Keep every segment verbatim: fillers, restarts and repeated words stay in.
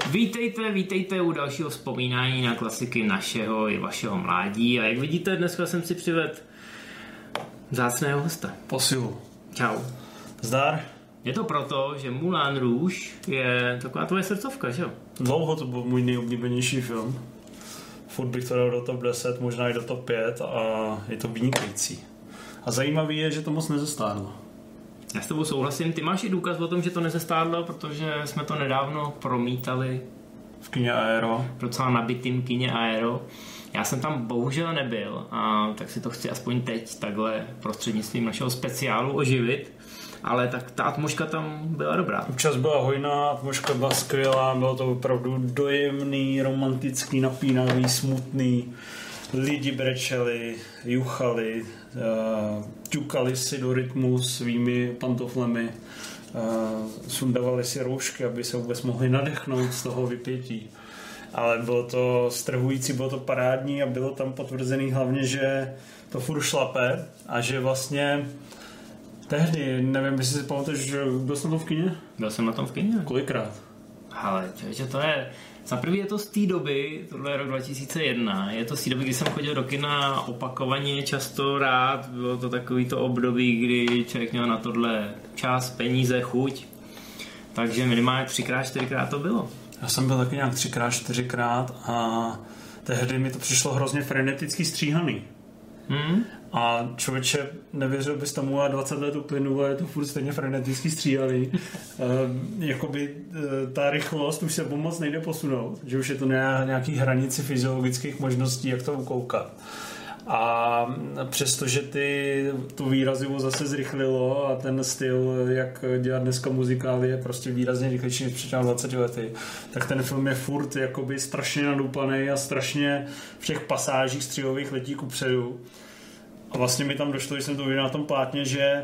Vítejte, vítejte u dalšího vzpomínání na klasiky našeho i vašeho mládí. A jak vidíte, dneska jsem si přivedl vzácného hosta. Posilu. Čau. Zdar. Je to proto, že Moulin Rouge je taková tvoje srdcovka, že jo? Dlouho to byl můj nejoblíbenější film. Furt bych to dal do top deset, možná i do top pět a je to vynikající. A zajímavý je, že to moc nezestárlo. Já s tebou souhlasím. Ty máš i důkaz o tom, že to nezestárlo, protože jsme to nedávno promítali v kině Aero. Docela nabitým kině Aero. Já jsem tam bohužel nebyl, a tak si to chci aspoň teď takhle prostřednictvím našeho speciálu oživit. Ale tak ta atmosféra tam byla dobrá. Občas byla hojná, atmosféra byla skvělá, bylo to opravdu dojemný, romantický, napínavý, smutný. Lidi brečeli, juchali, uh, ťukali si do rytmu svými pantoflemi, uh, sundavali si roušky, aby se vůbec mohli nadechnout z toho vypětí. Ale bylo to strhující, bylo to parádní a bylo tam potvrzený hlavně, že to furt šlape a že vlastně tehdy, nevím, jestli si pamatuješ, že byl jsem na tom v kině? Byl jsem na tom v kině. Kolikrát? Ale že to je... Za první je to z té doby, tohle je rok dva tisíce jedna, je to z té doby, kdy jsem chodil do kina opakovaně, často rád, bylo to takový to období, kdy člověk měl na tohle čas, peníze, chuť, takže minimálně třikrát, čtyřikrát to bylo. Já jsem byl taky nějak třikrát, čtyřikrát a tehdy mi to přišlo hrozně freneticky stříhaný. Hmm? A člověče, nevěřil bys tomu, a dvacet let uplynulo, je to furt stejně freneticky stříhaný. e, jakoby e, ta rychlost už se moc nejde posunout, že už je to na nějaký hranici fyziologických možností, jak to ukoukat. A přestože ty, tu výrazivost zase zrychlilo a ten styl, jak dělat dneska muzikály, je prostě výrazně rychlejší než před dvaceti lety, tak ten film je furt jakoby strašně nadoupaný a strašně v těch pasážích střihových letí kupředu. A vlastně mi tam došlo, když jsem to viděl na tom plátně, že e,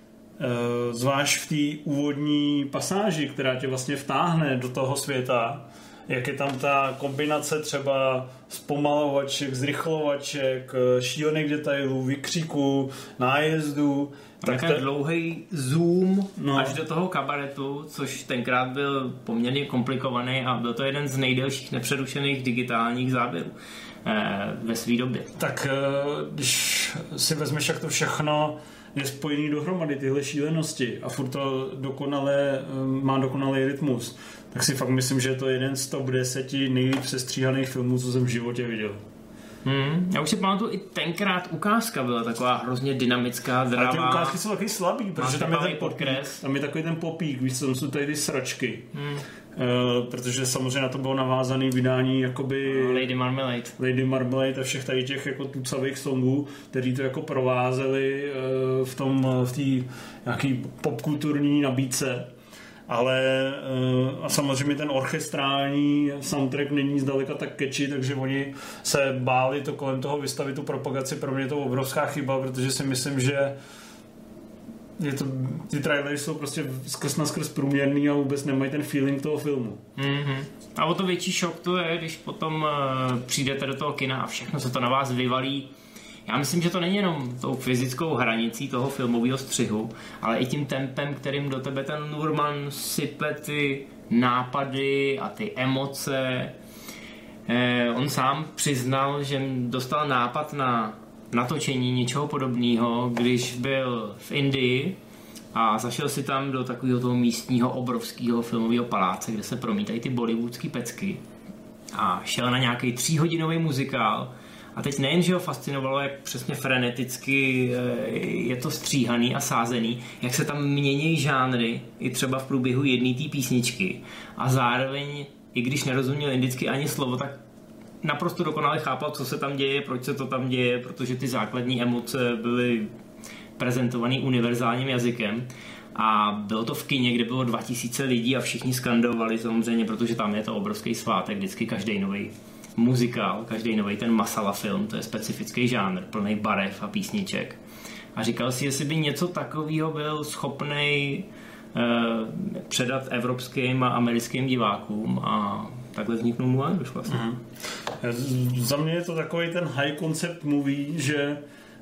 zvlášť v té úvodní pasáži, která tě vlastně vtáhne do toho světa, jak je tam ta kombinace třeba zpomalovaček, zrychlovaček, šílených detailů, vykřiků, nájezdů. Tak ten dlouhý zoom no. až do toho kabaretu, což tenkrát byl poměrně komplikovaný a byl to jeden z nejdelších nepřerušených digitálních záběrů ve své době. Tak když si vezmeš, jak to všechno je spojený dohromady, tyhle šílenosti a furt to dokonale, má dokonalý rytmus, tak si fakt myslím, že je to jeden z top deseti nejlíp sestříhaných filmů, co jsem v životě viděl. Hmm, já už si pamatuju, i tenkrát ukázka byla taková hrozně dynamická, dravá. Ale ty ukázky jsou taky slabý, protože tam je ten popík, tam je takový ten popík, víš, tam jsou tady ty sračky. Hmm. Uh, protože samozřejmě na to bylo navázané vydání jakoby Lady Marmalade. Lady Marmalade a všech tady těch jako tucavých songů, který to jako provázeli uh, v tom, v té nějaký popkulturní nabídce. Ale uh, a samozřejmě ten orchestrální soundtrack není zdaleka tak catchy, takže oni se báli to kolem toho vystavit tu propagaci. Pro mě je to obrovská chyba, protože si myslím, že je to, ty trailery jsou prostě skrz na skrz průměrný a vůbec nemají ten feeling toho filmu. Mm-hmm. A o to větší šok to je, když potom uh, přijdete do toho kina a všechno se to na vás vyvalí. Já myslím, že to není jenom tou fyzickou hranicí toho filmového střihu, ale i tím tempem, kterým do tebe ten Nurman sype ty nápady a ty emoce. Eh, on sám přiznal, že dostal nápad na natočení něčeho podobného, když byl v Indii a zašel si tam do takového toho místního obrovského filmového paláce, kde se promítají ty bollywoodský pecky a šel na nějaký tříhodinový muzikál. A teď nejen, že ho fascinovalo, jak přesně freneticky je to stříhaný a sázený, jak se tam mění žánry, i třeba v průběhu jedné té písničky. A zároveň, i když nerozuměl indicky ani slovo, tak naprosto dokonale chápal, co se tam děje, proč se to tam děje, protože ty základní emoce byly prezentovaný univerzálním jazykem. A bylo to v kině, kde bylo dva tisíce lidí a všichni skandovali samozřejmě, protože tam je to obrovský svátek, vždycky každý nový muzikál, každý nový ten masala film, to je specifický žánr, plný barev a písniček. A říkal si, jestli by něco takového byl schopnej eh, předat evropským a americkým divákům a takhle vzniknul Moulin Rouge vlastně. Mm. Za mě je to takový ten high concept movie, že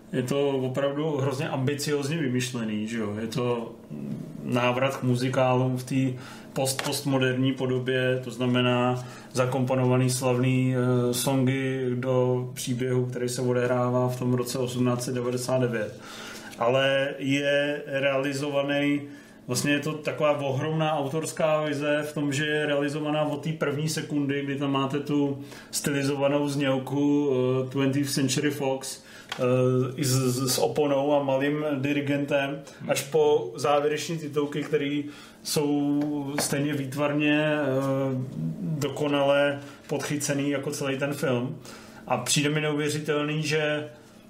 je to opravdu hrozně ambiciozně vymyšlený, že jo? Je to návrat k muzikálům v té post-postmoderní podobě, to znamená zakomponovaný slavný uh, songy do příběhu, který se odehrává v tom roce osmnáct set devadesát devět. Ale je realizovaný, vlastně je to taková ohromná autorská vize v tom, že je realizovaná od té první sekundy, kdy tam máte tu stylizovanou znělku uh, twentieth Century Fox uh, i s, s oponou a malým dirigentem, až po závěreční titulky, které jsou stejně výtvarně uh, dokonale podchycený jako celý ten film. A přijde mi neuvěřitelný, že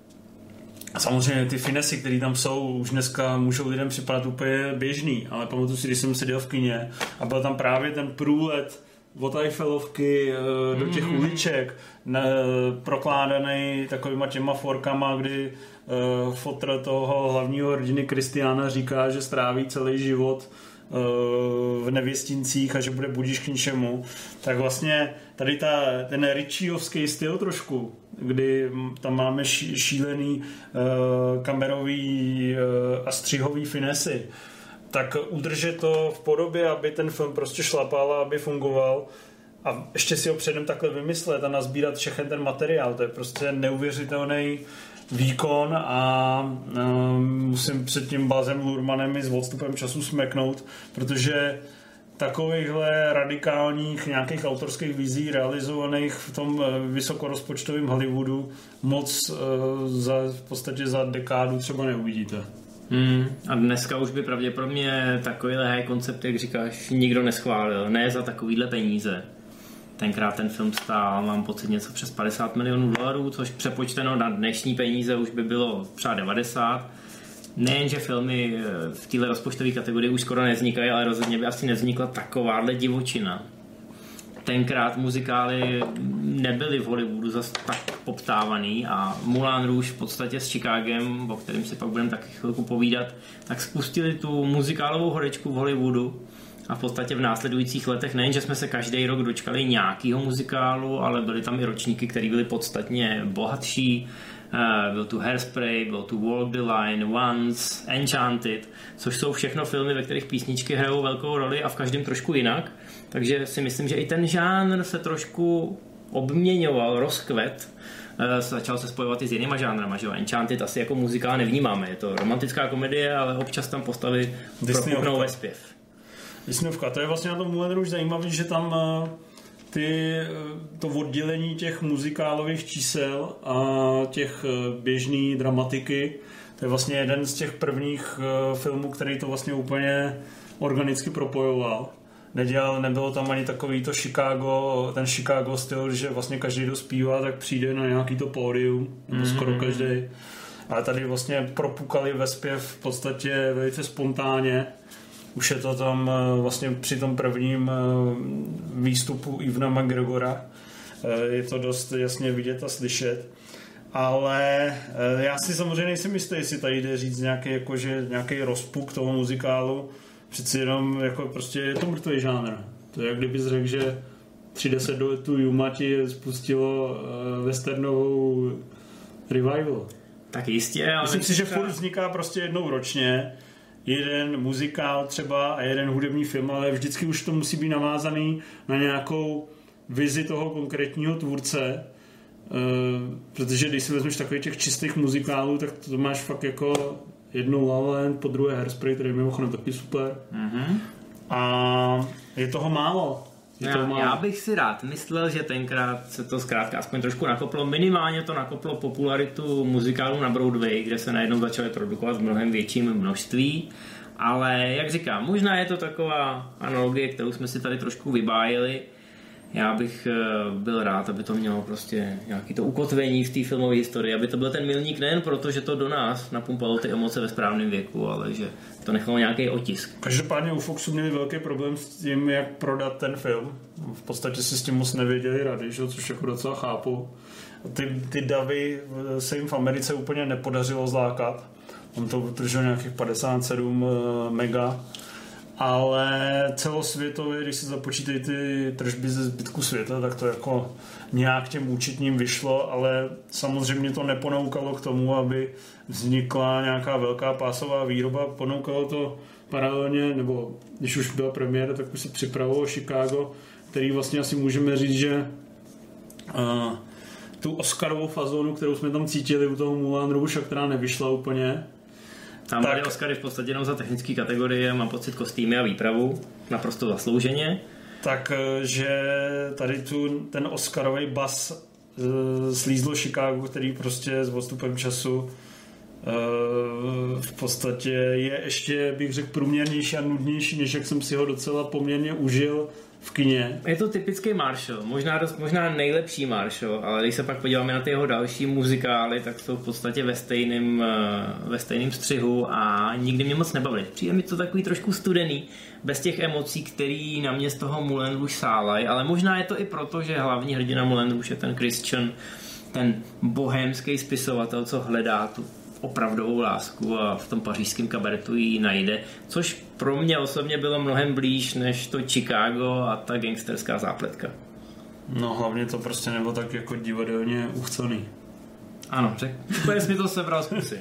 samozřejmě ty finesy, které tam jsou, už dneska můžou lidem připadat úplně běžný, ale pamatuju si, když jsem seděl v kině a byl tam právě ten průlet od Eiffelovky do těch mm. uliček, ne, prokládaný takovýma těma forkama, kdy uh, fotr toho hlavního hrdiny Kristiána říká, že stráví celý život uh, v nevěstincích a že bude budíš k ničemu. Tak vlastně tady ta, ten Ritchiovský styl trošku, kdy tam máme šílený uh, kamerový uh, a střihový finesy, tak udržet to v podobě, aby ten film prostě šlapal a aby fungoval a ještě si ho předem takhle vymyslet a nazbírat všechen ten materiál, to je prostě neuvěřitelný výkon a um, musím před tím Bazem Luhrmannem i s odstupem času smeknout, protože takovýchhle radikálních nějakých autorských vizí realizovaných v tom vysokorozpočtovém Hollywoodu moc uh, za, v podstatě za dekádu třeba neuvidíte. Hmm, a dneska už by pravděpodobně takovýhle high koncept, jak říkáš, nikdo neschválil. Ne za takovýhle peníze. Tenkrát ten film stál, mám pocit, něco přes padesát milionů dolarů, což přepočteno na dnešní peníze už by bylo třeba devadesát. Nejenže filmy v této rozpočtové kategorii už skoro nevznikají, ale rozhodně by asi nevznikla takováhle divočina. Tenkrát muzikály nebyly v Hollywoodu zase tak poptávaný a Moulin Rouge v podstatě s Chicagem, o kterém si pak budeme taky chvilku povídat, tak spustili tu muzikálovou horečku v Hollywoodu a v podstatě v následujících letech nejen, že jsme se každý rok dočkali nějakýho muzikálu, ale byly tam i ročníky, které byly podstatně bohatší. Byl tu Hairspray, byl tu Walk the Line, Once, Enchanted, což jsou všechno filmy, ve kterých písničky hrajou velkou roli a v každém trošku jinak. Takže si myslím, že i ten žánr se trošku obměňoval, rozkvet. Začal se spojovat i s jinýma žánrama, že jo? Enchanted asi jako muzikál nevnímáme. Je to romantická komedie, ale občas tam postavy propuknou ve zpěv. Disneyovka. To je vlastně na tom Moulin Rouge zajímavé, že tam ty, to oddělení těch muzikálových čísel a těch běžný dramatiky, to je vlastně jeden z těch prvních filmů, který to vlastně úplně organicky propojoval. Nedělal, nebylo tam ani takový to Chicago, ten Chicago styl, že vlastně každý, kdo zpívá, tak přijde na nějaký to pódium, nebo mm-hmm. skoro každý. Ale tady vlastně propukali ve zpěv v podstatě velice spontánně. Už je to tam vlastně při tom prvním výstupu Evana McGregora. Je to dost jasně vidět a slyšet. Ale já si samozřejmě nejsem jistý, jestli tady jde říct nějaký, jakože, nějaký rozpuk toho muzikálu. Přeci jenom jako prostě je to mrtvý žánr. To je jak kdybys řekl, že třicet doletů Yuma ti spustilo westernovou revival. Tak jistě. Ale myslím si, že furt vzniká prostě jednou ročně jeden muzikál třeba a jeden hudební film, ale vždycky už to musí být navázaný na nějakou vizi toho konkrétního tvůrce, uh, protože když si vezmeš takových těch čistých muzikálů, tak to máš fakt jako jednou La La Land, po druhé Hairspray, který je mimochodem taky super. Mm-hmm. A je toho málo. Je já, toho málo. Já bych si rád myslel, že tenkrát se to zkrátka aspoň trošku nakoplo. Minimálně to nakoplo popularitu muzikálů na Broadway, kde se najednou začaly produkovat v mnohem větším množství. Ale jak říkám, možná je to taková analogie, kterou jsme si tady trošku vybájili. Já bych byl rád, aby to mělo prostě nějaký to ukotvení v té filmové historii, aby to byl ten milník nejen proto, že to do nás napumpalo ty emoce ve správném věku, ale že to nechalo nějaký otisk. Každopádně u Foxu měli velký problém s tím, jak prodat ten film. V podstatě si s tím moc nevěděli rady, že? Což jako docela chápu. Ty, ty davy se jim v Americe úplně nepodařilo zlákat. On to utržil nějakých padesát sedm mega ale celosvětově, když se započítají ty tržby ze zbytku světa, tak to jako nějak těm účetním vyšlo, ale samozřejmě to neponoukalo k tomu, aby vznikla nějaká velká pásová výroba. Ponoukalo to paralelně, nebo když už byla premiéra, tak už se připravilo Chicago, který vlastně asi můžeme říct, že uh, tu Oscarovou fazonu, kterou jsme tam cítili u toho Moulin Rouge, která nevyšla úplně. Tam byly Oscary v podstatě jenom za technické kategorie, mám pocit kostýmy a výpravu, naprosto zaslouženě. Takže tady tu, ten Oscarový bas uh, slízlo Chicago, který prostě s odstupem času uh, v podstatě je ještě, bych řekl, průměrnější a nudnější, než jak jsem si ho docela poměrně užil v kině. Je to typický Marshall, možná, dost, možná nejlepší Marshall, ale když se pak podíváme na ty jeho další muzikály, tak jsou v podstatě ve stejném, ve stejném střihu a nikdy mě moc nebavili. Přijde mi to takový trošku studený, bez těch emocí, který na mě z toho Moulin Rouge sálaj, ale možná je to i proto, že hlavní hrdina Moulin Rouge je ten Christian, ten bohémský spisovatel, co hledá tu opravdovou lásku a v tom pařížském kabaretu ji najde, což pro mě osobně bylo mnohem blíž než to Chicago a ta gangsterská zápletka. No hlavně to prostě nebylo tak jako divadelně uchcený. Ano, řek, úplně jsi mi to sebral z pusy.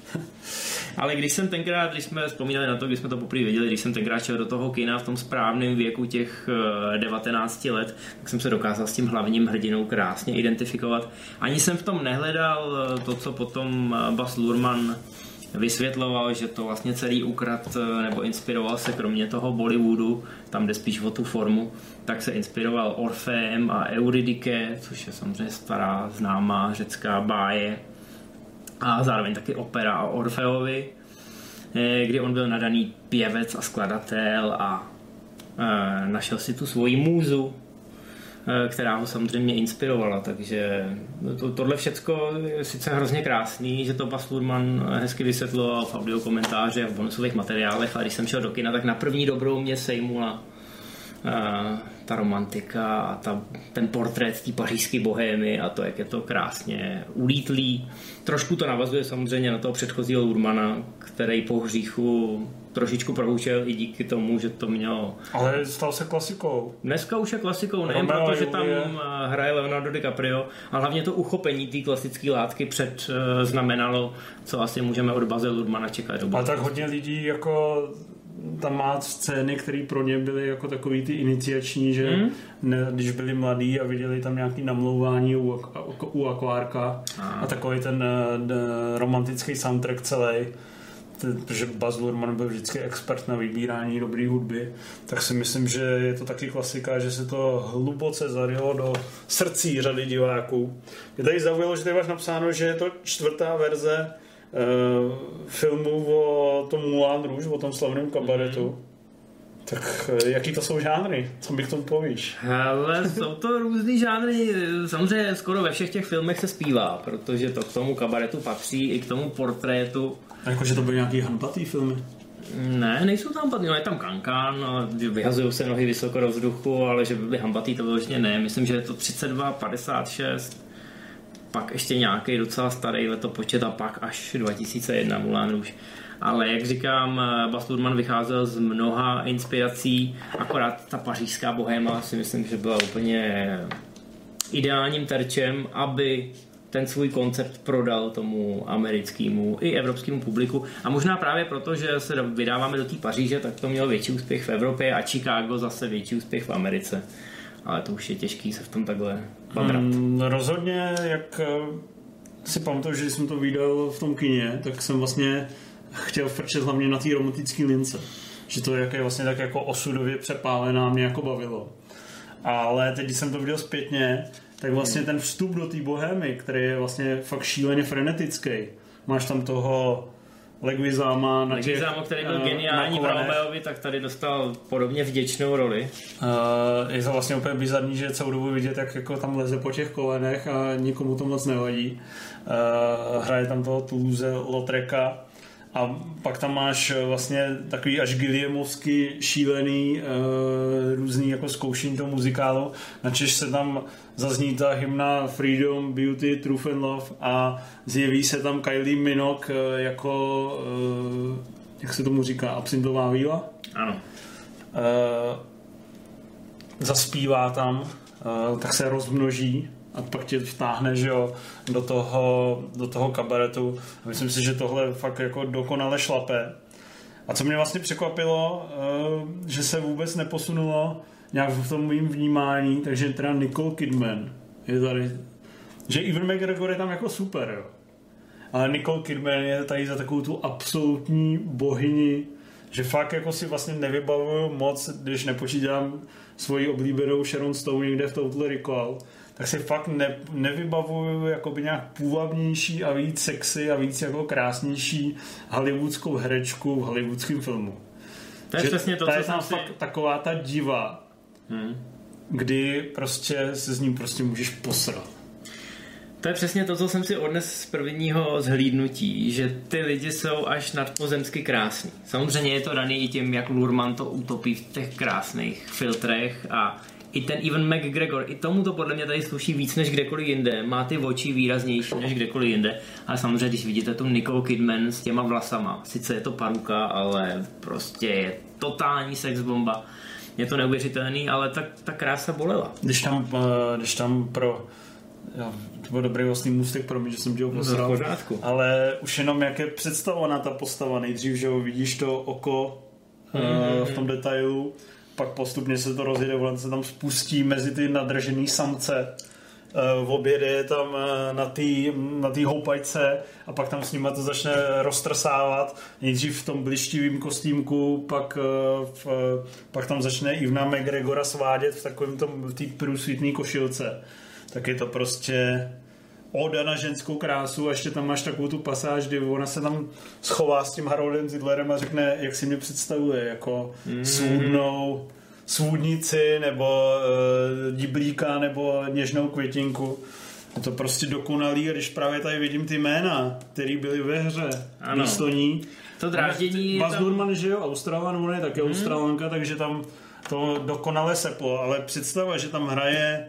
Ale když jsem tenkrát, když jsme vzpomínali na to, když jsme to poprvé viděli, když jsem tenkrát šel do toho kina v tom správném věku těch devatenácti let, tak jsem se dokázal s tím hlavním hrdinou krásně identifikovat. Ani jsem v tom nehledal to, co potom Baz Luhrmann vysvětloval, že to vlastně celý ukrad nebo inspiroval se kromě toho Bollywoodu, tam jde spíš o tu formu, tak se inspiroval Orfeem a Eurydike, což je samozřejmě stará známá řecká báje, a zároveň taky opera o Orfeovi, kdy on byl nadaný pěvec a skladatel a našel si tu svoji můzu, která ho samozřejmě inspirovala, takže to, tohle všecko je sice hrozně krásný, že to Baz Luhrmann hezky vysvětloval v audiokomentáři a v bonusových materiálech, a když jsem šel do kina, tak na první dobrou mě sejmula Uh, ta romantika a ta, ten portrét té pařížské bohémy a to, jak je to krásně ulítlý. Trošku to navazuje samozřejmě na toho předchozího Luhrmanna, který po hříchu trošičku prohučel i díky tomu, že to mělo... Ale stal se klasikou. Dneska už je klasikou, nejen proto, že tam hraje Leonardo DiCaprio, ale hlavně to uchopení té klasické látky před uh, znamenalo, co asi můžeme od Baze Luhrmanna čekat. Ale tak hodně lidí jako... tam má scény, které pro ně byly jako takový ty iniciační, že hmm? ne, když byli mladí a viděli tam nějaký namlouvání u, u akvárka a, a takový ten de, romantický soundtrack celý, protože Baz Luhrmann byl vždycky expert na vybírání dobré hudby, tak si myslím, že je to taky klasika, že se to hluboce zarylo do srdcí řady diváků. Je tady zaujalo, že tady máš napsáno, že je to čtvrtá verze filmu o tom Moulin Rouge, o tom slavném kabaretu. Mm. Tak jaký to jsou žánry? Co mi k tomu povíš? Ale jsou to různý žánry. Samozřejmě skoro ve všech těch filmech se zpívá, protože to k tomu kabaretu patří, i k tomu portrétu. A jakože to byly nějaký hanpatý filmy? Ne, nejsou tam hanpatý, no je tam kankán, vyhazují se nohy vysoko do vzduchu, ale že by byly hanpatý, to vyloženě ne. Myslím, že je to třicet dva padesát šest, pak ještě nějaký docela starý letopočet a pak až dva tisíce jedna Moulin Rouge. Ale jak říkám, Baz Luhrmann vycházel z mnoha inspirací, akorát ta pařížská bohéma si myslím, že byla úplně ideálním terčem, aby ten svůj koncept prodal tomu americkému i evropskému publiku. A možná právě proto, že se vydáváme do té Paříže, tak to mělo větší úspěch v Evropě a Chicago zase větší úspěch v Americe. Ale to už je těžký se v tom takhle badrat. Hmm, rozhodně, jak si pamatuju, že jsem to viděl v tom kině, tak jsem vlastně chtěl frčet hlavně na té romantické lince. Že to, jak je vlastně tak jako osudově přepálená, mě jako bavilo. Ale teď, když jsem to viděl zpětně, tak vlastně ten vstup do té bohémy, který je vlastně fakt šíleně frenetický. Máš tam toho Leguizáma, na Leguizamo, který byl geniální v Romeovi, tak tady dostal podobně vděčnou roli. Uh, je to vlastně úplně bizarní, že celou dobu vidět, jak jako tam leze po těch kolenech a nikomu to moc nevadí. Uh, hraje tam toho Toulouse-Lautreka a pak tam máš vlastně takový až Guillemovsky šílený uh, různý jako zkoušení toho muzikálu. Načež se tam zazní ta hymna Freedom, Beauty, Truth and Love a zjeví se tam Kylie Minogue jako uh, jak se tomu říká, absintová víla. Ano. Uh, zaspívá tam, uh, tak se rozmnoží a pak tě vtáhne, že jo, do toho, do toho kabaretu. A myslím si, že tohle fakt jako dokonale šlape. A co mě vlastně překvapilo, uh, že se vůbec neposunulo nějak v tom mým vnímání, takže teda Nicole Kidman je tady, že Ewan McGregor je tam jako super, jo. Ale Nicole Kidman je tady za takovou tu absolutní bohyni, že fakt jako si vlastně nevybavuju moc, když nepočítám svoji oblíbenou Sharon Stone někde v Total Recall, tak si fakt ne, nevybavuju jakoby nějak půvabnější a víc sexy a víc jako krásnější hollywoodskou herečku v hollywoodském filmu. To je že přesně to, ta co je tam jsem fakt si... taková ta diva, hmm. kdy prostě se s ním prostě můžeš posrat. To je přesně to, co jsem si odnes z prvního zhlídnutí, že ty lidi jsou až nadpozemsky krásní. Samozřejmě je to daný i tím, jak Luhrmann to utopí v těch krásných filtrech a i ten Ewan McGregor, i tomu to podle mě tady sluší víc než kdekoliv jinde. Má ty oči výraznější než kdekoliv jinde, ale samozřejmě, když vidíte tu Nicole Kidman s těma vlasama, sice je to paruka, ale prostě je totální sexbomba. Je to neuvěřitelný, ale ta, ta krása bolela. Když tam, když tam pro... Jo, to byl dobrý vlastní můstek pro mě, že jsem dělal posral. Ale už jenom jak je představovaná ta postava, nejdřív, že jo, vidíš to oko mm-hmm. uh, v tom detailu, pak postupně se to rozjede, on se tam spustí mezi ty nadržený samce, uh, v obědě je tam uh, na té na tý houpajce a pak tam s nima to začne roztrsávat, nejdřív v tom blištivým kostýmku, pak, uh, v, uh, pak tam začne Ewana McGregora svádět v takovém tom, v té průsvitné košilce. Tak je to prostě oda na ženskou krásu a ještě tam máš takovou tu pasáž, kdy ona se tam schová s tím Haroldem Zidlerem a řekne, jak si mě představuje, jako mm. svůdnou svůdnici nebo e, diblíka nebo něžnou květinku. Je to prostě dokonalý a když právě tady vidím ty jména, který byly ve hře ano. místo ní. To dráždění... Baz Luhrmann, tam... že jo, Australan, on je také mm. Australanka, takže tam to dokonale seplo, ale představa, že tam hraje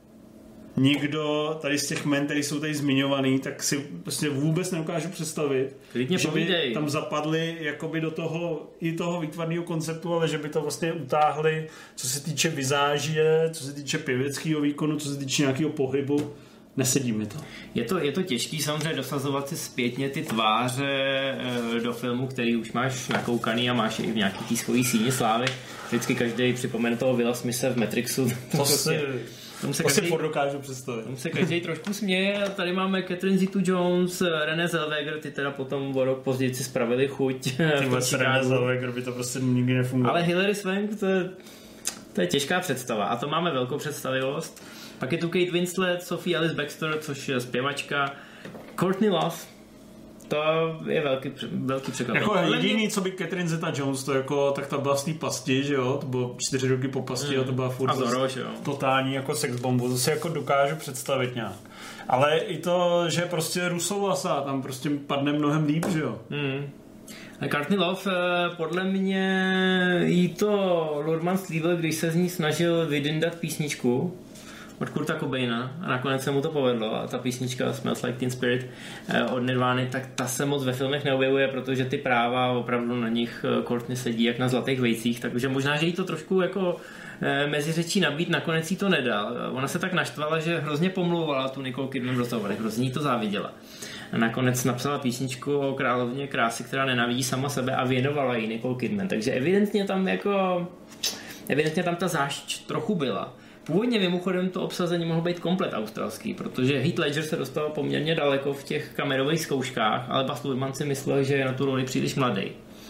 nikdo tady z těch men, který jsou tady zmiňovaný, tak si prostě vůbec neukážu představit, Klidně že povídej. by tam zapadli jakoby do toho i toho výtvarného konceptu, ale že by to vlastně utáhli, co se týče vizáže, co se týče pěveckého výkonu, co se týče nějakého pohybu. Nesedí mi to. Je to, je to těžký samozřejmě dosazovat si zpětně ty tváře do filmu, který už máš nakoukaný a máš i v nějaký tískový síni slávy. Vždycky každý připomene toho Willa Smithe v Matrixu. To si... Tomu se to každý, si dokážu představit. Tomu se každý trošku směje. Tady máme Catherine Zeta-Jones, Renée Zellweger, ty teda potom o rok později si spravili chuť. Ty Renée Zellweger by to prostě nikdy nefungovalo. Ale Hilary Swank, to je, to je těžká představa. A to máme velkou představivost. Pak je tu Kate Winslet, Sophie Alice Baxter, což je zpěvačka. Courtney Love. To je velký, velký překvapení. Jako jediný, co by Catherine Zeta-Jones, to jako, tak ta byla z té pasti, že jo, to bylo čtyři roky po pasti mm. a to byla furt Zoroš, jo. Totální jako sexbombu, to si jako dokážu představit nějak. Ale i to, že prostě rusovlasá, tam prostě padne mnohem líp, že jo. Mm. A Courtney Love, podle mě jí to Luhrmann slíbil, když se z ní snažil vydindat písničku od Kurta Cobaina a nakonec se mu to povedlo a ta písnička Smells Like Teen Spirit od Nirvány, tak ta se moc ve filmech neobjevuje, protože ty práva opravdu na nich Courtney sedí jak na zlatých vejcích, takže možná, že jí to trošku jako mezi řečí nabít, nakonec jí to nedal. Ona se tak naštvala, že hrozně pomlouvala tu Nicole Kidman v rozhovorech, hrozně jí to záviděla. A nakonec napsala písničku o královně krásy, která nenávidí sama sebe a věnovala jí Nicole Kidman, takže evidentně tam jako evidentně tam ta zášť trochu byla. Původně mimochodem to obsazení mohlo být komplet australský, protože Heath Ledger se dostal poměrně daleko v těch kamerových zkouškách, ale Baz Luhrmann si myslel, že je na tu roli příliš mladý.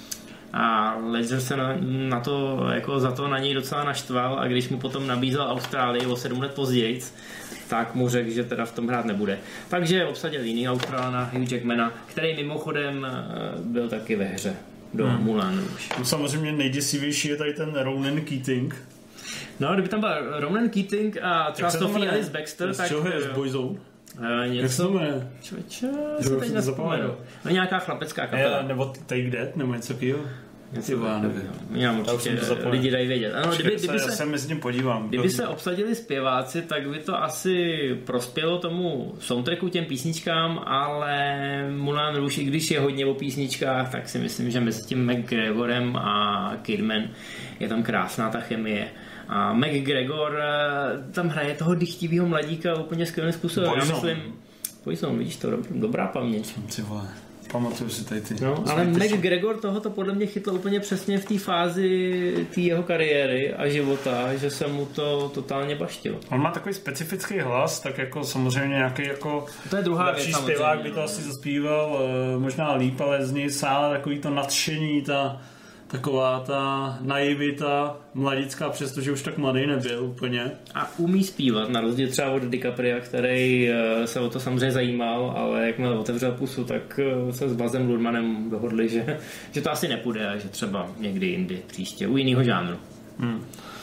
A Ledger se na, na to, jako za to na něj docela naštval a když mu potom nabízel Austrálii o sedm let později, tak mu řekl, že teda v tom hrát nebude. Takže obsadil jiný Australana, Hugh Jackmana, který mimochodem byl taky ve hře do hmm. Mulan už. Samozřejmě nejděsivější je tady ten Ronan Keating. No, kdyby tam byl Ronan Keating a třeba Sophie Alice Baxter, tak... Z čeho je? Z Boyzone? Uh, něco... Jak se to jmenuje? Čoče, se teď nespomenu. No nějaká chlapecká kapela. Je, nebo Take That, nebo něco takového. Já nevím. Já určitě lidi dají vědět. Ano, Počkej, kdyby, kdyby se, já se mezi tím podívám. Kdyby se obsadili zpěváci, tak by to asi prospělo tomu soundtracku, těm písničkám, ale Moulin Rouge, i když je hodně o písničkách, tak si myslím, že mezi tím McGregorem a Kidman je tam krásná ta chemie. A McGregor tam hraje toho dychtivého mladíka úplně skvělým způsobem. Já myslím, Poison, vidíš to, dobrá paměť. Ty vole. Pamatuju si tady ty. No, ale McGregor tohoto podle mě chytl úplně přesně v té fázi té jeho kariéry a života, že se mu to totálně baštilo. On má takový specifický hlas, tak jako samozřejmě nějaký jako to je druhá věc, zpěvák by to asi zaspíval možná líp, ale z něj sále takový to nadšení, ta taková ta naivita mladická, přestože už tak mladý nebyl úplně. A umí zpívat, na rozdíl třeba od DiCapria, který se o to samozřejmě zajímal, ale jakmile otevřel pusu, tak se s Bazem Luhrmannem dohodli, že, že to asi nepůjde a že třeba někdy jindy příště, u jiného žánru. Hmm.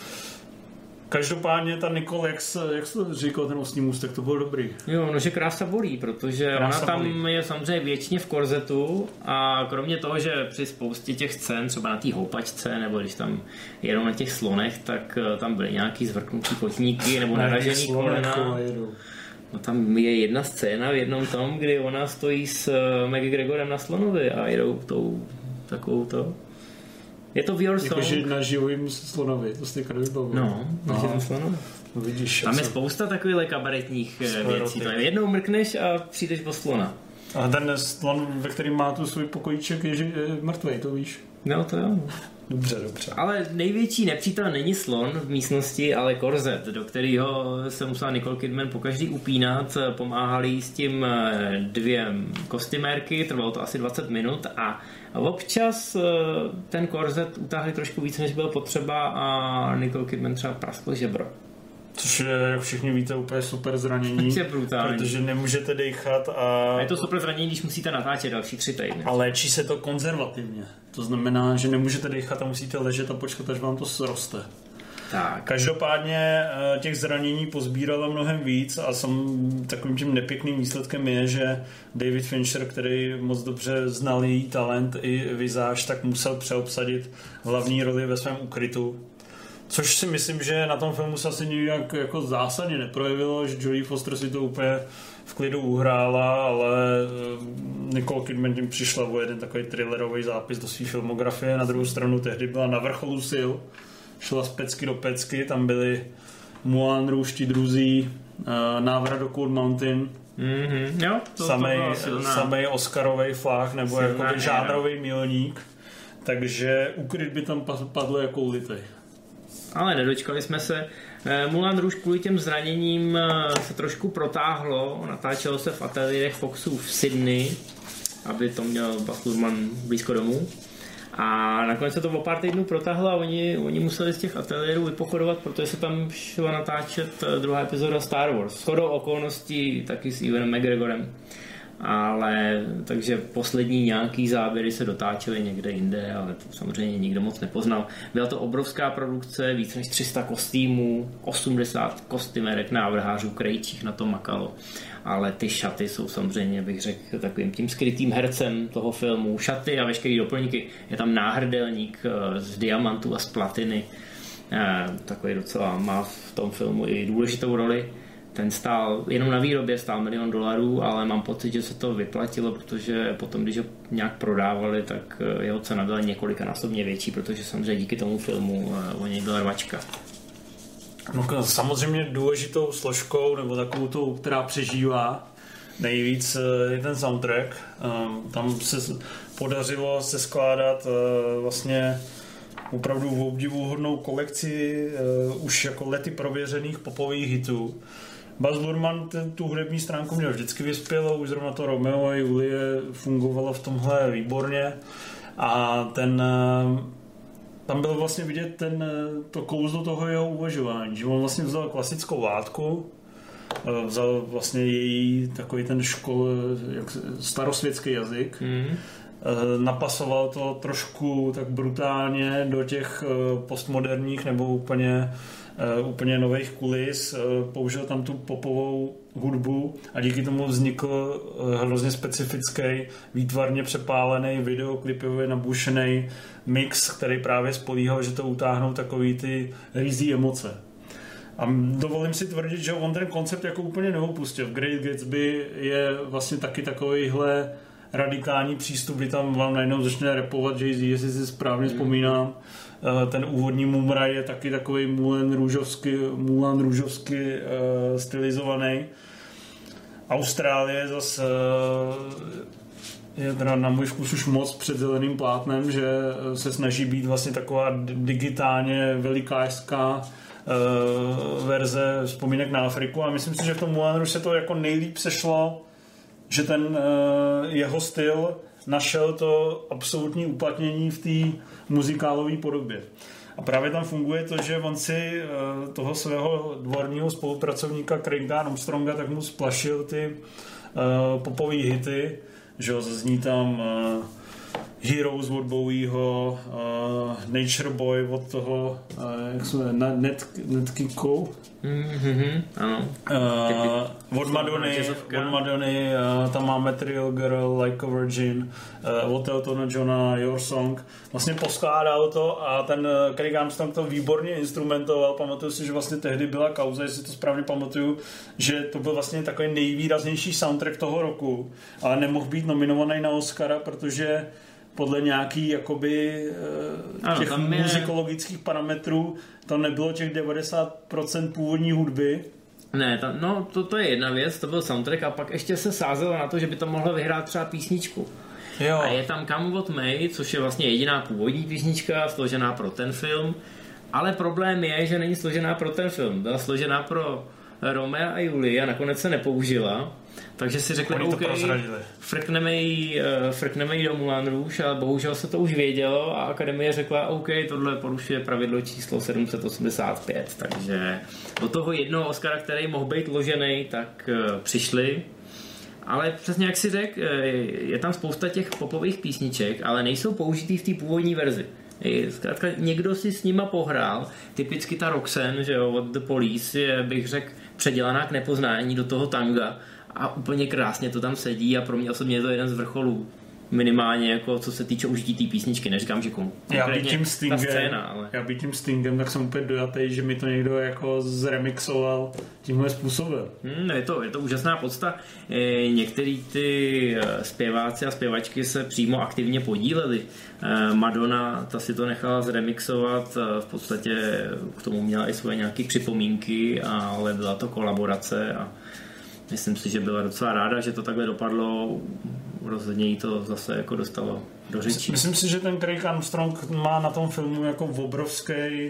Každopádně ta Nicole, jak se, jak se říkal ten ostní můstek, to bylo dobrý. Jo, no že krása bolí, protože krása ona tam bolí. Je samozřejmě věčně v korzetu a kromě toho, že při spoustě těch scén, třeba na té houpačce, nebo když tam jedou na těch slonech, tak tam byly nějaký zvrknutý kotníky nebo naražený kolena. No tam je jedna scéna v jednom tom, kdy ona stojí s McGregorem na slonovi a jedou tou takovou to. Je to v Your Song. Jakože na živojím slonovi, to jste tady bavil. No, na živojím slonovi. No vidíš. Tam je spousta takových kabaretních věcí. To je jednou mrkneš a přijdeš po slona. A ten slon, ve kterým má tu svůj pokojíček, je, je mrtvej, to víš? No to jo. Dobře, dobře. Ale největší nepřítel není slon v místnosti, ale korzet, do kterého se musela Nicole Kidman pokaždý upínat. Pomáhali s tím dvě kostymérky, trvalo to asi dvacet minut a občas ten korzet utáhli trošku víc, než bylo potřeba a Nicole Kidman třeba praskl žebro. Což je, jak všichni víte, úplně super zranění, je brutální. Protože nemůžete dechat a... a je to super zranění, když musíte natáčet další tři týdny. A léčí se to konzervativně. To znamená, že nemůžete dechat a musíte ležet a počkat, až vám to sroste. Tak. Každopádně těch zranění pozbírala mnohem víc a sam takovým tím nepěkným výsledkem je, že David Fincher, který moc dobře znal její talent i vizáž, tak musel přeobsadit hlavní roli ve svém ukrytu. Což si myslím, že na tom filmu se asi nějak jako zásadně neprojevilo, že Jodie Foster si to úplně v klidu uhrála, ale Nicole Kidman tím přišla o jeden takový thrillerový zápis do své filmografie. Na druhou stranu tehdy byla na vrcholu sil, šla z pecky do pecky, tam byly Moulin Rouge, ti druzí, Návrat do Cold Mountain, mm-hmm. jo, to, samej, to samej Oscarovej fláh nebo jako žánrový milník, takže ukryt by tam padlo jako ulitej. Ale nedočkali jsme se. Moulin Rouge kvůli těm zraněním se trošku protáhlo. Natáčelo se v ateliérech Foxu v Sydney, aby to měl Baz Luhrmann blízko domů. A nakonec se to o pár týdnů protáhlo a oni, oni museli z těch ateliérů vypochodovat, protože se tam šla natáčet druhá epizoda Star Wars. Shodou okolností taky s Ewanem McGregorem. Ale takže poslední nějaký záběry se dotáčely někde jinde, ale to samozřejmě nikdo moc nepoznal. Byla to obrovská produkce, víc než tři sta kostýmů, osmdesát kostymérek, návrhářů, krejčích na to makalo. Ale ty šaty jsou samozřejmě, bych řekl, takovým tím skrytým hercem toho filmu. Šaty a veškeré doplňky. Je tam náhrdelník z diamantu a z platiny. Takový docela má v tom filmu i důležitou roli. Ten stál, jenom na výrobě stál milion dolarů, ale mám pocit, že se to vyplatilo, protože potom, když ho nějak prodávali, tak jeho cena byla několikanásobně větší, protože samozřejmě díky tomu filmu o něj byla rvačka. No, samozřejmě důležitou složkou, nebo takovou tou, která přežívá nejvíc, je ten soundtrack. Tam se podařilo se skládat vlastně opravdu obdivuhodnou kolekci už jako lety prověřených popových hitů. Baz Luhrmann tu hudební stránku měl vždycky vyspělou, už zrovna to Romeo a Julie fungovalo v tomhle výborně a ten, tam bylo vlastně vidět ten, to kouzlo toho jeho uvažování, že on vlastně vzal klasickou látku, vzal vlastně její takový ten škol, jak, starosvětský jazyk, mm. napasoval to trošku tak brutálně do těch postmoderních nebo úplně uh, úplně nových kulis, uh, použil tam tu popovou hudbu a díky tomu vznikl uh, hrozně specifický, výtvarně přepálený, videoklipově nabušený mix, který právě spolíhal, že to utáhnou takový ty rýzí emoce. A dovolím si tvrdit, že on ten koncept jako úplně neopustil. V Great Gatsby je vlastně taky takovýhle radikální přístup, kdy tam vám najednou začne rapovat Jay-Z, jestli si správně vzpomínám. Ten úvodní Mumra je taky takový Moulin Rougeovsky, Moulin Rougeovsky uh, stylizovaný. Austrálie zase uh, je teda na můj vkus už moc před zeleným plátnem, že se snaží být vlastně taková digitálně velikářská uh, verze vzpomínek na Afriku a myslím si, že v tom Moulin Rouge se to jako nejlíp sešlo, že ten uh, jeho styl našel to absolutní uplatnění v té muzikálové podobě. A právě tam funguje to, že on si uh, toho svého dvorního spolupracovníka Craiga Armstronga tak mu splašil ty uh, popové hity, že jo, zazní tam uh, Heroes od Bowieho, uh, Nature Boy od toho, uh, jak se jmenuje, Net, Net Kinkou. Mm-hmm, ano. Uh, od Madony, od Madony uh, tam má Material Girl, Like a Virgin, uh, od Eltona Johna, Your Song. Vlastně poskládal to a ten uh, Craig Armstrong to výborně instrumentoval. Pamatuju si, že vlastně tehdy byla kauza, jestli to správně pamatuju, že to byl vlastně takový nejvýraznější soundtrack toho roku, ale nemohl být nominovaný na Oscara, protože podle nějaký jakoby ano, těch je... muzikologických parametrů to nebylo těch devadesát procent původní hudby. Ne, ta, no to, to je jedna věc, to byl soundtrack a pak ještě se sázelo na to, že by to mohlo vyhrát třeba písničku. Jo. A je tam Come What May, což je vlastně jediná původní písnička složená pro ten film, ale problém je, že není složená pro ten film, byla složená pro Romea a Julie a nakonec se nepoužila. Takže si řekli, OK, frkneme jí, uh, frkneme jí do Moulin Rouge, ale bohužel se to už vědělo a Akademie řekla, OK, tohle porušuje pravidlo číslo sedm set osmdesát pět, takže do toho jednoho Oscara, který mohl být ložený, tak uh, přišli. Ale přesně jak si řekl, je tam spousta těch popových písniček, ale nejsou použitý v té původní verzi. Zkrátka někdo si s nima pohrál, typicky ta Roxanne, že jo, od The Police je, bych řekl, předělaná k nepoznání do toho tanga a úplně krásně to tam sedí a pro mě osobně je to jeden z vrcholů. Minimálně jako co se týče užití té písničky, neříkám, že komu. Já být tím Stingem, scéna, ale... já být tím Stingem, tak jsem úplně dojatý, že mi to někdo jako zremixoval tímhle způsobem. Hmm, je, to, je to úžasná podsta. E, některý ty zpěváci a zpěvačky se přímo aktivně podíleli. E, Madonna, ta si to nechala zremixovat, v podstatě k tomu měla i svoje nějaké připomínky, ale byla to kolaborace a myslím si, že byla docela ráda, že to takhle dopadlo. Rozhodně jí to zase jako dostalo do řečí. Myslím si, že ten Craig Armstrong má na tom filmu jako obrovský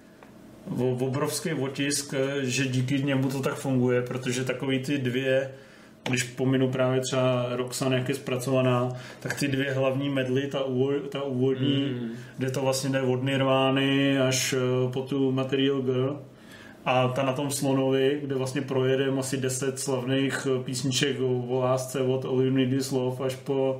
obrovský otisk, že díky němu to tak funguje, protože takový ty dvě, když pominu právě třeba Roxanne, jak je zpracovaná, tak ty dvě hlavní medly, ta, úvod, ta úvodní, mm. kde to vlastně jde od Nirvány až po tu Material Girl, a ta na tom Slonovi, kde vlastně projedeme asi deset slavných písniček o lásce od All You Need Is Love až po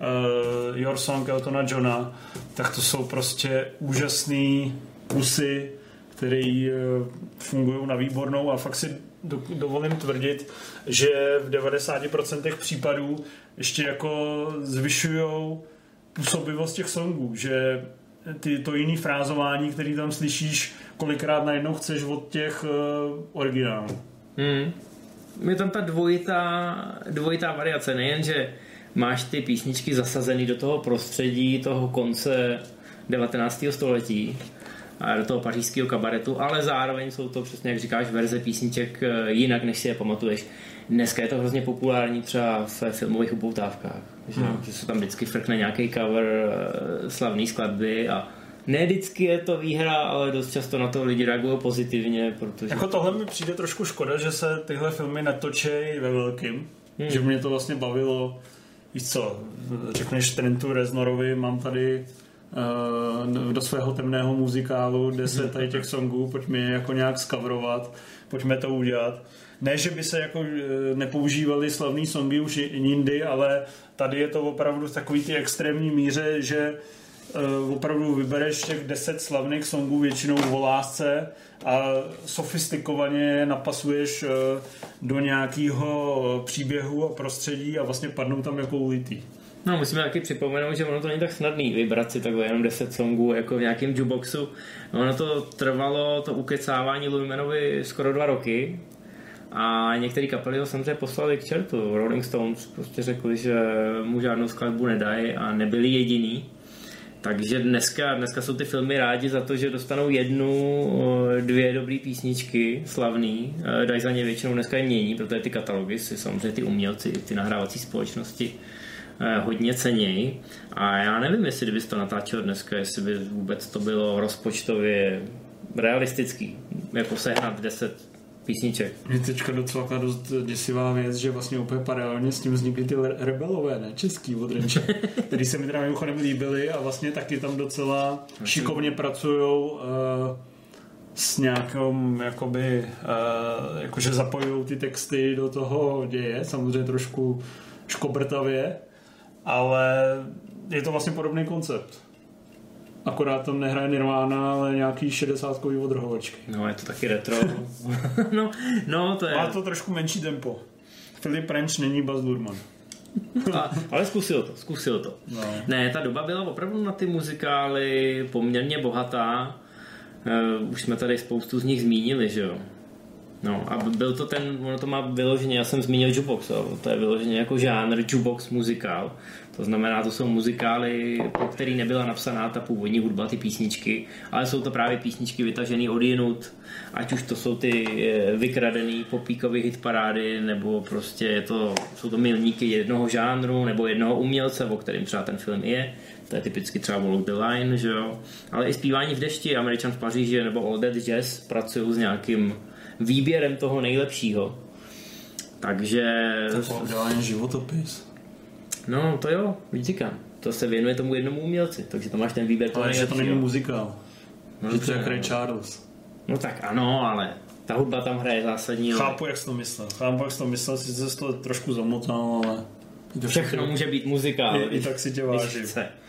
uh, Your Song Eltona Johna, tak to jsou prostě úžasný kusy, které uh, fungují na výbornou a fakt si do, dovolím tvrdit, že v devadesát procent případů ještě jako zvyšujou působivost těch songů, že ty, to jiný frázování, který tam slyšíš, kolikrát najednou chceš od těch uh, originálů. Hmm. Je tam ta dvojitá, dvojitá variace, nejen, že máš ty písničky zasazený do toho prostředí toho konce devatenáctého století a do toho pařížského kabaretu, ale zároveň jsou to přesně, jak říkáš, verze písniček jinak, než si je pamatuješ. Dneska je to hrozně populární třeba v filmových upoutávkách, že, hmm. že se tam vždycky frkne nějaký cover slavný skladby a ne vždycky je to výhra, ale dost často na to lidi reagují pozitivně, protože... Jako tohle mi přijde trošku škoda, že se tyhle filmy natočejí ve velkým, hmm. že mě to vlastně bavilo. Víš co, řekneš Trentu Reznorovi, mám tady uh, do svého temného muzikálu deset tady těch songů, pojďme je jako nějak zcoverovat, pojďme to udělat. Ne, že by se jako nepoužívali slavný songy už jindy, ale tady je to opravdu v takový ty extrémní míře, že uh, opravdu vybereš těch deset slavných songů většinou o lásce a sofistikovaně je napasuješ uh, do nějakého příběhu a prostředí a vlastně padnou tam jako ulitý. No, musíme taky připomenout, že ono to není tak snadný vybrat si takhle jenom deset songů jako v nějakém jukeboxu. Ono to trvalo, to ukecávání Lumenovi skoro dva roky a některé kapely ho samozřejmě poslali k čertu. Rolling Stones prostě řekli, že mu žádnou skladbu nedají a nebyli jediný. Takže dneska, dneska jsou ty filmy rádi za to, že dostanou jednu, dvě dobré písničky slavný, dají za ně většinou dneska je mění, protože ty katalogy si samozřejmě ty umělci, ty nahrávací společnosti hodně ceněj. A já nevím, jestli kdybys to natáčel dneska, jestli by vůbec to bylo rozpočtově realistický, jako sehnat deset písniček. Je teďka docela dost děsivá věc, že vlastně úplně paralelně s tím vznikly ty rebelové, ne? Český od Renče, který se mi teda mimochodem líbily a vlastně taky tam docela šikovně pracujou uh, s nějakou, jakoby, uh, jakože zapojujou ty texty do toho děje, samozřejmě trošku škobrtavě, ale je to vlastně podobný koncept. Akorát tam nehraje Nirvana, ale nějaký šedesátkový odrhovačky. No, je to taky retro. no, no, to je... Má to trošku menší tempo. Filip Renč není Baz Luhrmann. A, ale zkusil to, zkusil to. No. Ne, ta doba byla opravdu na ty muzikály poměrně bohatá. Uh, už jsme tady spoustu z nich zmínili, že jo. No a byl to ten, ono to má vyloženě, já jsem zmínil jukebox, to je vyloženě jako žánr jukebox muzikál. To znamená, to jsou muzikály, po který nebyla napsaná ta původní hudba, ty písničky, ale jsou to právě písničky vytažený odjinud, ať už to jsou ty vykradený popíkový hitparády, nebo prostě je to, jsou to milníky jednoho žánru, nebo jednoho umělce, o kterém třeba ten film je. To je typicky třeba Walk the Line, že jo. Ale i Zpívání v dešti, Američan v Paříži nebo All That Jazz pracují s nějakým výběrem toho nejlepšího. Takže... To je životopis. No to jo, víc říkám. To se věnuje tomu jednomu umělci, takže to máš ten výběr toho nejlepšího. Ale že to není muzikál. No, že to je Ray Charles. No tak ano, ale ta hudba tam hraje zásadní. Chápu, jak jsi to myslel. Chápu, jak jsi to myslel, sice jsi to trošku zamotal, ale... To všechno může být muzikál. I, i tak si tě vážím.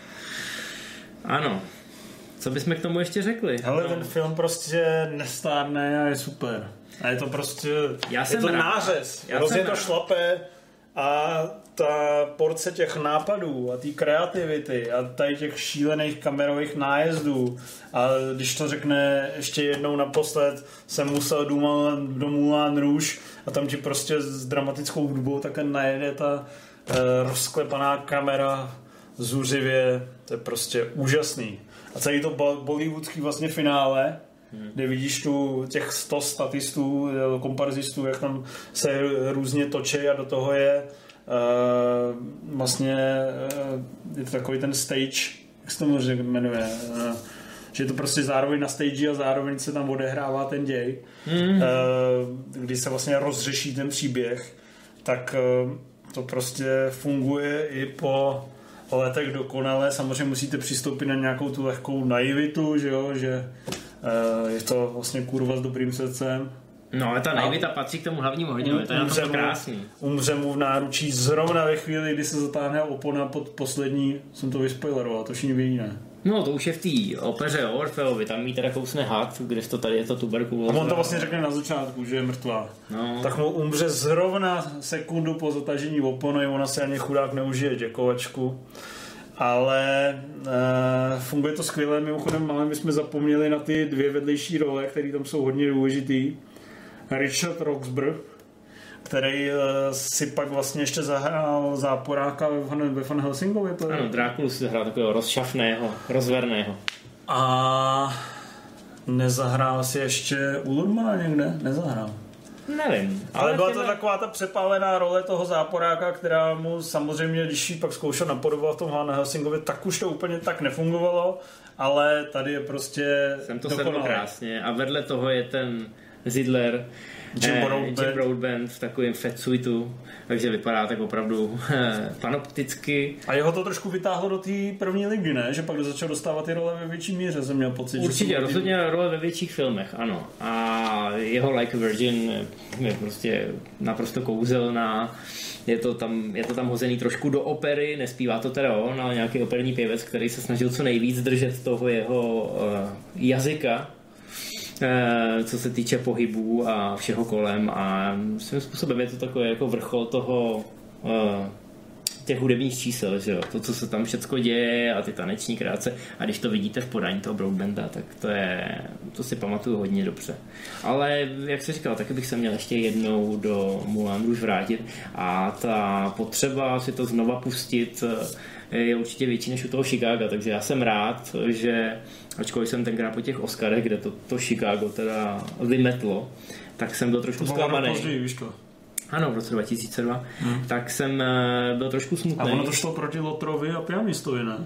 Ano. Co bychom k tomu ještě řekli? Hele, no. ten film prostě nestárne a je super. A je to prostě... Já je to rád. nářez. Hrozně to šlape a ta porce těch nápadů a té kreativity a tady těch šílených kamerových nájezdů a když to řekne ještě jednou naposled, jsem musel do Moulin Rouge a tam ti prostě s dramatickou hudbou také najede ta eh, rozklepaná kamera zuřivě, to je prostě úžasný. A celý to bollywoodský vlastně finále, hmm. kde vidíš tu těch sto statistů, komparzistů, jak tam se různě točí a do toho je uh, vlastně uh, je to takový ten stage, jak se tomu jmenuje, uh, že je to prostě zároveň na stage a zároveň se tam odehrává ten děj, hmm. uh, kdy se vlastně rozřeší ten příběh, tak uh, to prostě funguje i po letech dokonale. Samozřejmě musíte přistoupit na nějakou tu lehkou naivitu, že jo, že uh, je to vlastně kurva s dobrým srdcem. No ale ta naivita patří k tomu hlavnímu hrdinovi, to je na to krásný. Umře mu v náručí zrovna ve chvíli, kdy se zatáhne opona pod poslední, jsem to vyspoileroval, to všichni vědí, ne? No to už je v té opeře o Orfeovi, tam jí teda kousne had, kdežto tady je to tuberkulóza. A on to vlastně řekne na začátku, že je mrtvá. No. Tak mu umře zrovna sekundu po zatažení opony, ona se ani chudák neužije děkovačku. Ale e, funguje to skvěle, mimochodem ale my jsme zapomněli na ty dvě vedlejší role, které tam jsou hodně důležitý. Richard Roxburgh, který si pak vlastně ještě zahrál záporáka ve Van Helsingovi. Ano, Drákulu si zahrál takového rozšafného, rozverného. A nezahrál si ještě u Luhrmanna někde? Nezahrál. Nevím. Ale, ale byla těme... to taková ta přepálená role toho záporáka, která mu samozřejmě, když ji pak zkoušel napodobovat v tom Van Helsingovi, tak už to úplně tak nefungovalo, ale tady je prostě jsem to sedl krásně a vedle toho je ten Zidler, Jim eh, Broadbent. Jim Broadbent v takovém fatsuitu, takže vypadá tak opravdu eh, panopticky. A jeho to trošku vytáhlo do té první ligy, ne? Že pak začal dostávat ty role ve větší míře, jsem měl pocit. Určitě, že rozhodně role ve větších filmech, ano. A jeho Like a Virgin je prostě naprosto kouzelná. Je to tam, je to tam hozený trošku do opery, nespívá to teda on, ale nějaký operní pěvec, který se snažil co nejvíc držet toho jeho uh, jazyka, uh, co se týče pohybů a všeho kolem, a svým způsobem je to takový jako vrchol toho uh, těch hudebních čísel, že jo? To, co se tam všecko děje a ty taneční krátce, a když to vidíte v podání toho Broadbenta, tak to je, to si pamatuju hodně dobře. Ale jak jsi říkal, taky bych se měl ještě jednou do Moulin Rouge vrátit, a ta potřeba si to znova pustit je určitě větší než u toho Chicaga, takže já jsem rád, že ačkoliv jsem tenkrát po těch Oscarech, kde to, to Chicago teda vymetlo, tak jsem byl trošku zklamaný. Ano, v roce dva tisíce dva, hmm. tak jsem uh, byl trošku smutný. A ono to šlo proti Lotrovi a Pianistovi, ne?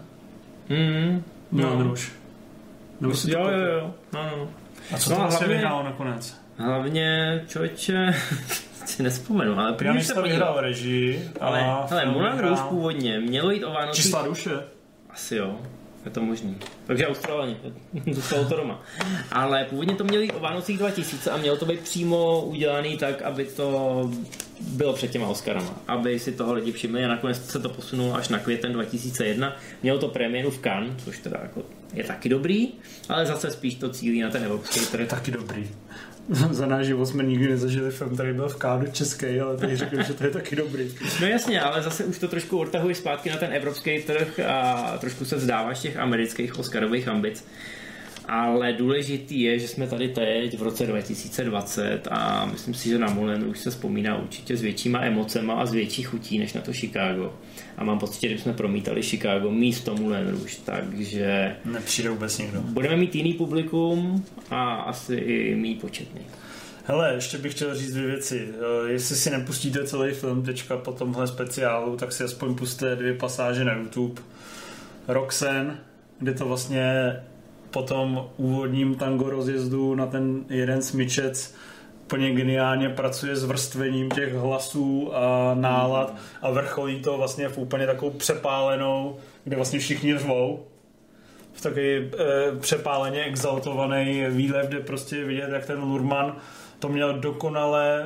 Mm, no. No, no. Jo, jo, jo. No, no. A co no, to vlastně hlavně, vyhrálo nakonec? Hlavně, člověče, si nespomenu, ale Pianista vyhrál režii. Ale, ale Moulin Rouge původně mělo jít o Vánocích. Čistá duše? Asi jo. Je to možný. Takže Australaně. Zůstalo to doma. Ale původně to mělo jít o Vánocích dva tisíce a mělo to být přímo udělaný tak, aby to bylo před těma Oscarama. Aby si toho lidi všimli, a nakonec se to posunulo až na květen dva tisíce jedna. Mělo to premiéru v Cannes, což teda jako je taky dobrý, ale zase spíš to cílí na ten evropský trh. Taky dobrý. Za náš život jsme nikdy nezažili film, který byl v Cannes český, ale teď řekl, že to je taky dobrý. No jasně, ale zase už to trošku odtahuje zpátky na ten evropský trh a trošku se vzdáváš těch amerických oscarových ambic. Ale důležitý je, že jsme tady teď v roce dva tisíce dvacet a myslím si, že na Moulin už se vzpomíná určitě s většíma emocema a s větší chutí než na to Chicago. A mám pocit, že jsme promítali Chicago místo Moulin Rouge, takže nepřijde vůbec nikdo. Budeme mít jiný publikum a asi i mít početný. Hele, ještě bych chtěl říct dvě věci. Jestli si nepustíte celý film teďka po tomhle speciálu, tak si aspoň pusťte dvě pasáže na YouTube. Roxanne, kde to vlastně po tom úvodním tango rozjezdu na ten jeden smyčec úplně geniálně pracuje s vrstvením těch hlasů a nálad a vrcholí to vlastně v úplně takovou přepálenou, kde vlastně všichni řvou. V takový e, přepáleně exaltovaný výlev, kde prostě vidět, jak ten Lurman to měl dokonale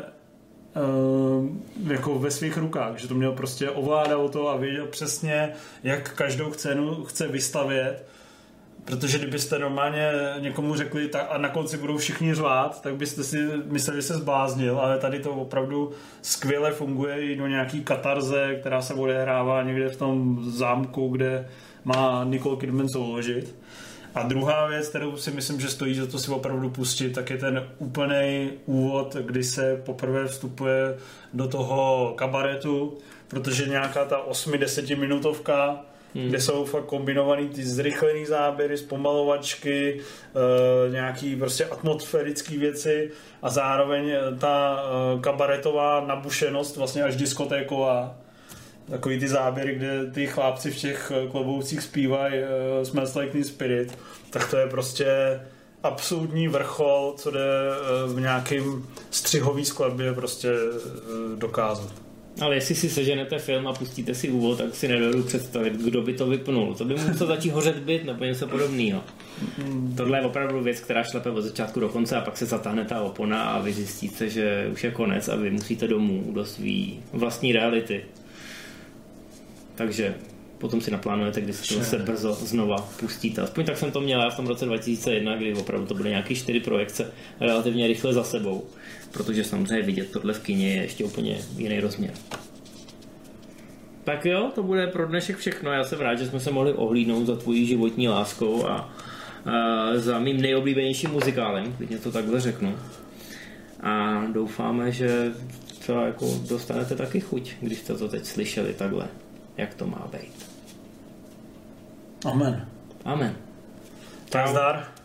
e, jako ve svých rukách, že to měl prostě ovládal to a věděl přesně, jak každou cenu chce vystavět. Protože kdybyste normálně někomu řekli tak, a na konci budou všichni řvát, tak byste si mysleli, že se zbláznil, ale tady to opravdu skvěle funguje i do nějaký katarze, která se odehrává někde v tom zámku, kde má Nicole Kidman souložit. A druhá věc, kterou si myslím, že stojí za to si opravdu pustit, tak je ten úplný úvod, kdy se poprvé vstupuje do toho kabaretu, protože nějaká ta osmi desetiminutovka, Hmm. kde jsou fakt kombinovaný ty zrychlený záběry, zpomalovačky, e, nějaký prostě atmosférický věci a zároveň ta e, kabaretová nabušenost, vlastně až diskotéková. Takový ty záběry, kde ty chlápci v těch kloboucích zpívají e, Smells Like Teen Spirit, tak to je prostě absolutní vrchol, co jde e, v nějakým střihový skladbě prostě e, dokázat. Ale jestli si seženete film a pustíte si úvod, tak si nedovedu představit, kdo by to vypnul. To by musel začít hořet byt nebo něco podobného. Tohle je opravdu věc, která šlape od začátku do konce a pak se zatáhne ta opona a vy zjistíte, že už je konec a vy musíte domů do svý vlastní reality. Takže potom si naplánujete, kdy se to zase brzo znova pustíte. Aspoň tak jsem to měl já v tom roce dva tisíce jedna, kdy opravdu to byly nějaké čtyři projekce relativně rychle za sebou. Protože samozřejmě vidět tohle v kině je ještě úplně jiný rozměr. Tak jo, to bude pro dnešek všechno. Já jsem rád, že jsme se mohli ohlídnout za tvojí životní láskou a, a za mým nejoblíbenějším muzikálem, když to takhle řeknu. A doufáme, že třeba jako dostanete taky chuť, když jste to teď slyšeli takhle, jak to má být. Amen. Amen. Tak zdar.